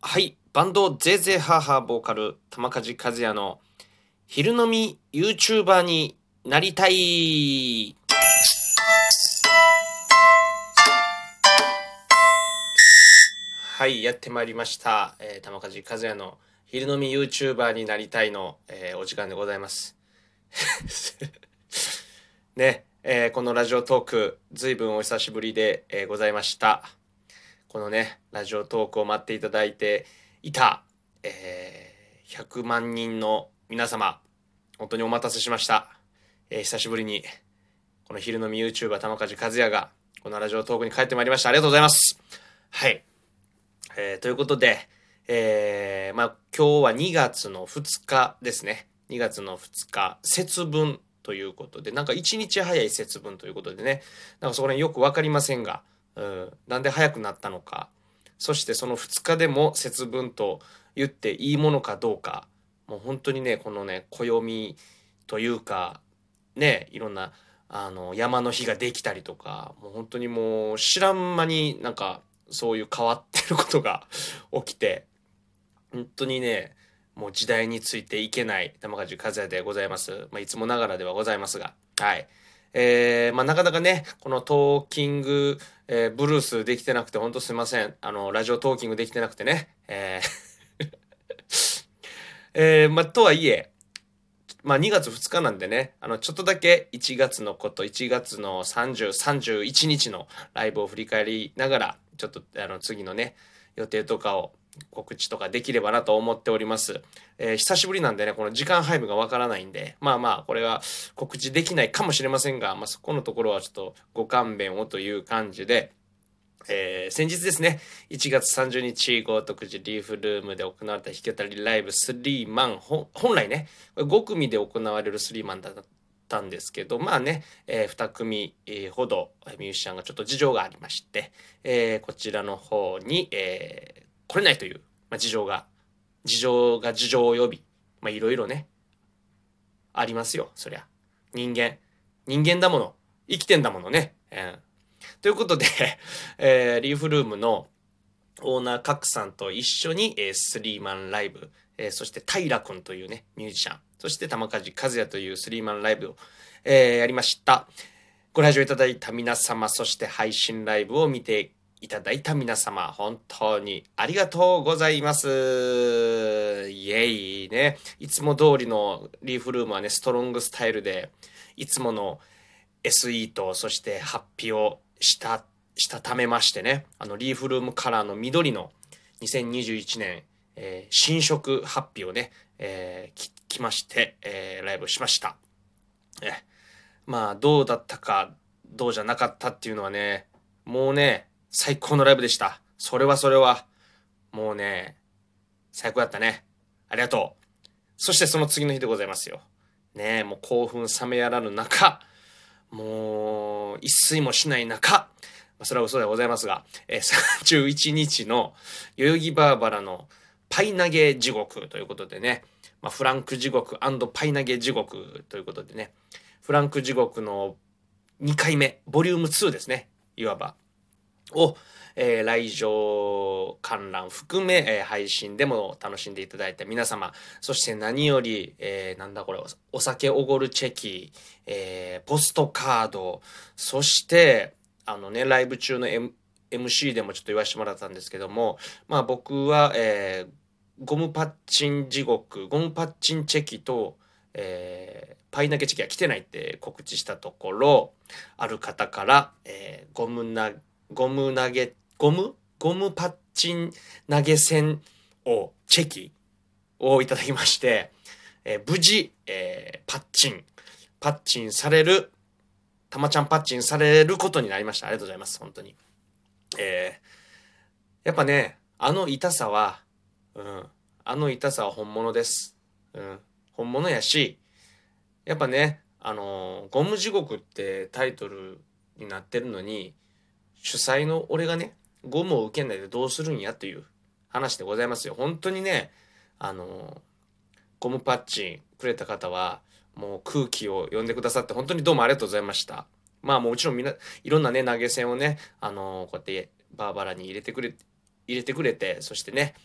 はい、バンドゼーゼーハーハーボーカル玉梶和也の昼飲み YouTuber になりたい。はい、やってまいりました。玉梶和也の昼飲み YouTuber になりたいの、お時間でございます。ね、このラジオトーク、ずいぶんお久しぶりで、ございました。このね、ラジオトークを待っていただいていた、100万人の皆様、本当にお待たせしました。久しぶりに、この昼飲み YouTuber 玉梶和也が、このラジオトークに帰ってまいりました。ありがとうございます。はい。ということで、今日は2月の2日ですね。2月の2日、節分ということで、なんか1日早い節分ということでね、なんかそこら辺よくわかりませんが、なんで早くなったのか、そしてその2日でも節分と言っていいものかどうか、もう本当にね、このね、暦というか、ね、いろんな、山の日ができたりとか、もう本当にもう知らん間になんか、そういう変わってることが起きて、本当にね、もう時代についていけない玉梶和也でございます。いつもながらではございますが。はい。なかなかね、このトーキング、ブルースできてなくて、本当すいません。ラジオトーキングできてなくてね。とはいえ、2月2日なんでね、ちょっとだけ1月のこと、1月の30、31日のライブを振り返りながら、ちょっと次のね、予定とかを告知とかできればなと思っております。久しぶりなんでね、この時間配分がわからないんで、これは告知できないかもしれませんが、そこのところはちょっとご勘弁をという感じで、先日ですね、1月30日、豪徳寺リーフルームで行われた弾き語りライブスリーマン、本来ね、5組で行われるスリーマンだったんですけど、2組ほどミュージシャンがちょっと事情がありまして、こちらの方に、来れないという、事情を呼び、いろいろね、ありますよ、そりゃ。人間だもの、生きてんだものね。ということで、リーフルームのオーナーカクさんと一緒に、スリーマンライブ、そして平くんというね、ミュージシャン、そして玉梶和也というスリーマンライブを、やりました。ご来場いただいた皆様、そして配信ライブを見ていただいた皆様、本当にありがとうございます。イエイね。いつも通りのリーフルームはね、ストロングスタイルで、いつもの SE と、そしてハッピーをしたためましてね、リーフルームカラーの緑の2021年、新色ハッピーをね、着まして、ライブしました。どうだったか、どうじゃなかったっていうのはね、もうね、最高のライブでした。それは、もうね、最高だったね。ありがとう。そしてその次の日でございますよ。ねえ、もう興奮冷めやらぬ中、もう、一睡もしない中、それは嘘ではございますが、31日の代々木バーバラのパイ投げ地獄ということでね、フランク地獄パイ投げ地獄ということでね、フランク地獄の2回目、ボリューム2ですね、いわば、を、来場観覧含め、配信でも楽しんでいただいた皆様、そして何より、なんだこれ、お酒おごるチェキ、ポストカード、そして、ライブ中の、MC でもちょっと言わせてもらったんですけども、僕は、ゴムパッチン地獄、ゴムパッチンチェキと、パイ投げチェキが来てないって告知したところ、ある方から、ゴムパッチン投げ銭チェキをいただきまして、無事、パッチンされる、たまちゃんパッチンされることになりました。ありがとうございます。本当に。やっぱね、あの痛さは本物です。本物やし、やっぱね、ゴム地獄ってタイトルになってるのに、主催の俺がね、ゴムを受けないでどうするんやという話でございますよ。本当にね、ゴムパッチンくれた方は、もう空気を読んでくださって本当にどうもありがとうございました。もちろんいろんなね、投げ銭をね、こうやってバーバラに入れてくれて、そしてね、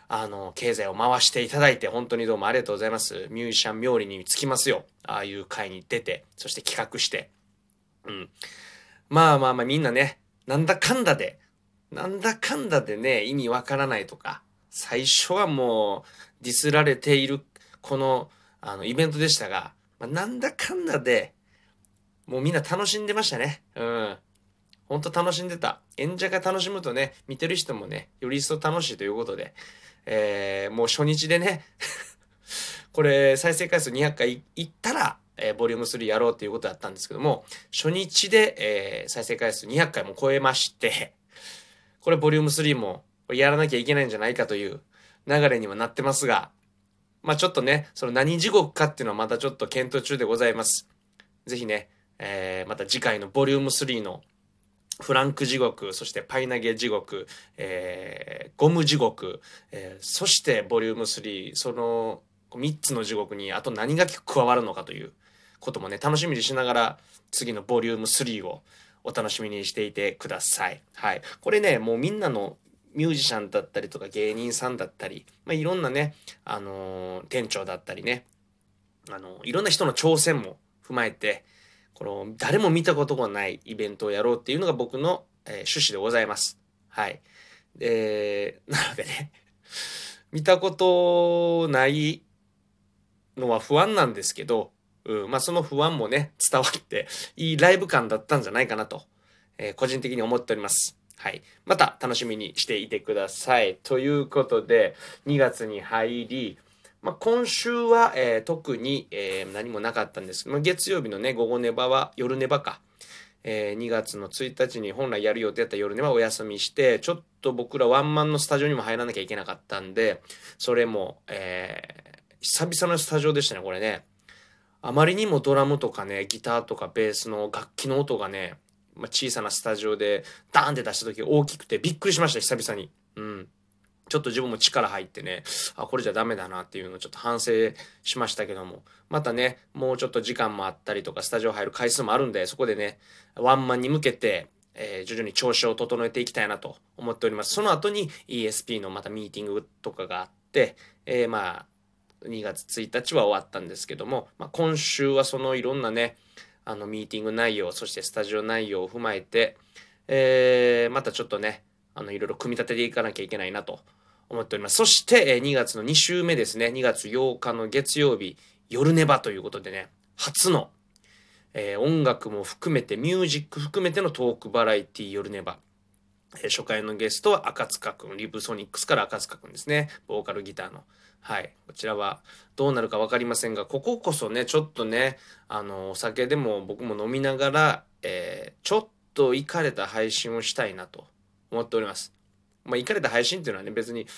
経済を回していただいて、本当にどうもありがとうございます。ミュージシャン冥利につきますよ。ああいう会に出て、そして企画して。うん。まあまあまあ、みんなね、なんだかんだでね、意味わからないとか、最初はもう、ディスられている、この、イベントでしたが、まあ、なんだかんだで、もうみんな楽しんでましたね。うん。ほんと楽しんでた。演者が楽しむとね、見てる人もね、より一層楽しいということで、もう初日でね、これ再生回数200回いったら、ボリューム3やろうということだったんですけども、初日で、再生回数200回も超えまして、これボリューム3もやらなきゃいけないんじゃないかという流れにはなってますが、まあちょっとね、その何地獄かっていうのはまたちょっと検討中でございます。ぜひね、また次回のボリューム3のフランク地獄、そしてパイ投げ地獄、ゴム地獄、そしてボリューム3、その3つの地獄にあと何が加わるのかということもね、楽しみにしながら次のボリューム3をお楽しみにしていてください。はい。これね、もうみんなのミュージシャンだったりとか芸人さんだったり、まあ、いろんなね、店長だったりね、いろんな人の挑戦も踏まえて、この誰も見たことがないイベントをやろうっていうのが僕の、趣旨でございます。はい。なのでね、見たことないのは不安なんですけど、まあその不安もね、伝わって、いいライブ感だったんじゃないかなと、個人的に思っております。はい。また楽しみにしていてください。ということで、2月に入り、まあ、今週は、特に、何もなかったんですけど、まあ、月曜日のね、午後ネバは、夜ネバか。2月の1日に本来やる予定だった夜ネバお休みして、ちょっと僕らワンマンのスタジオにも入らなきゃいけなかったんで、それも、久々のスタジオでしたね、これね。あまりにもドラムとかね、ギターとかベースの楽器の音がね、まあ、小さなスタジオでダーンって出した時大きくてびっくりしました、久々に。うん。ちょっと自分も力入ってね、これじゃダメだなっていうのをちょっと反省しましたけども、またね、もうちょっと時間もあったりとか、スタジオ入る回数もあるんで、そこでね、ワンマンに向けて、徐々に調子を整えていきたいなと思っております。その後に ESP のまたミーティングとかがあって、まあ、2月1日は終わったんですけども、まあ、今週はそのいろんなね、ミーティング内容、そしてスタジオ内容を踏まえて、またちょっとね、いろいろ組み立てていかなきゃいけないなと思っております。そして、2月の2週目ですね、2月8日の月曜日、夜ネバということでね、初の、音楽も含めて、ミュージック含めてのトークバラエティ夜ネバ。初回のゲストは赤塚くん、リブソニックスから赤塚くんですね。ボーカルギターの。はい。こちらはどうなるかわかりませんが、こここそね、ちょっとね、お酒でも僕も飲みながら、ちょっとイカれた配信をしたいなと思っております。まあ、イカれた配信っていうのはね、別に、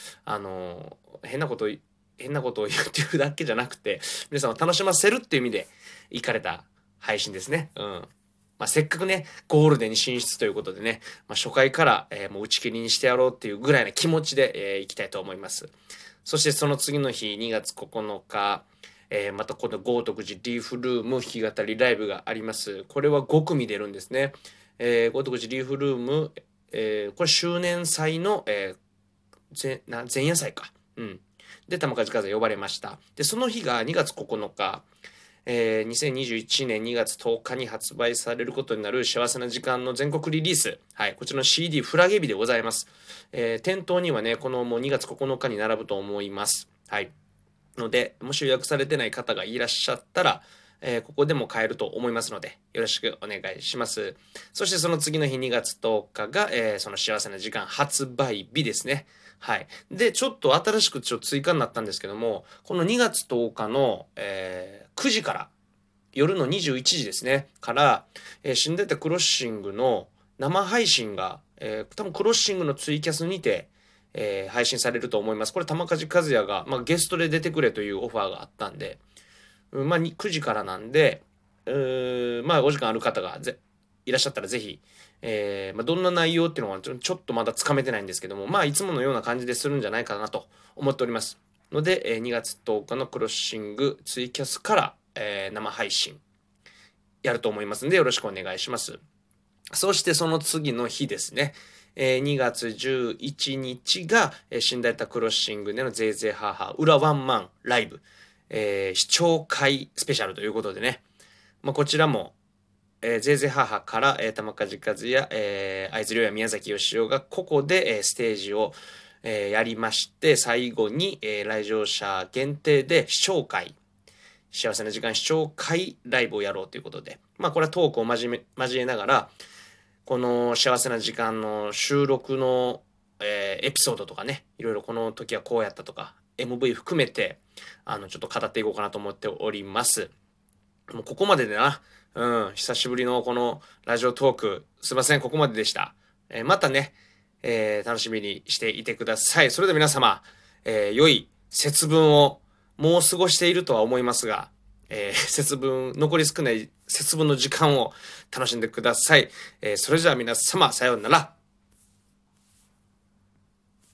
変なことを言ってるだけじゃなくて、皆さんを楽しませるっていう意味で、イカれた配信ですね。うん。まあ、せっかくね、ゴールデンに進出ということでね、まあ、初回から、もう打ち切りにしてやろうっていうぐらいの気持ちで、いきたいと思います。そしてその次の日、2月9日、またこの豪徳寺リーフルーム弾き語りライブがあります。これは5組出るんですね。豪徳寺リーフルーム、これ周年祭の、前夜祭か。うん。で、玉梶風呼ばれました。で、その日が2月9日、2021年2月10日に発売されることになる幸せな時間の全国リリース。はい。こちらの CD フラゲ日でございます。店頭にはね、このもう2月9日に並ぶと思います。はい。ので、もし予約されてない方がいらっしゃったら、ここでも買えると思いますので、よろしくお願いします。そしてその次の日2月10日が、その幸せな時間発売日ですね。はい。で、ちょっと新しく追加になったんですけども、この2月10日の、9時から、夜の21時ですね、から、死んでたクロッシングの生配信が、多分クロッシングのツイキャスにて、配信されると思います。これ玉梶和也が、まあ、ゲストで出てくれというオファーがあったんで、まあ、9時からなんで、まあ、お時間ある方がいらっしゃったらぜひ、まあ、どんな内容っていうのはちょっとまだつかめてないんですけども、まあ、いつものような感じでするんじゃないかなと思っております。ので、2月10日のクロッシングツイキャスから、生配信やると思いますんで、よろしくお願いします。そしてその次の日ですね、 2月11日が、新大田クロッシングでのぜいぜいハーハー裏ワンマンライブ、視聴会スペシャルということでね、こちらも、ぜいぜいハーハーから、玉梶和也、会津亮也、宮崎義雄がここで、ステージを、やりまして、最後に、来場者限定で視聴会、幸せな時間視聴会ライブをやろうということで、これはトークを交えながら、この幸せな時間の収録の、エピソードとかね、いろいろこの時はこうやったとか、MV 含めて、ちょっと語っていこうかなと思っております。もうここまででな、久しぶりのこのラジオトーク、すいません、ここまででした。またね、楽しみにしていてください。それでは皆様、良い節分をもう過ごしているとは思いますが、節分、残り少ない節分の時間を楽しんでください。それじゃあ皆様、さようなら。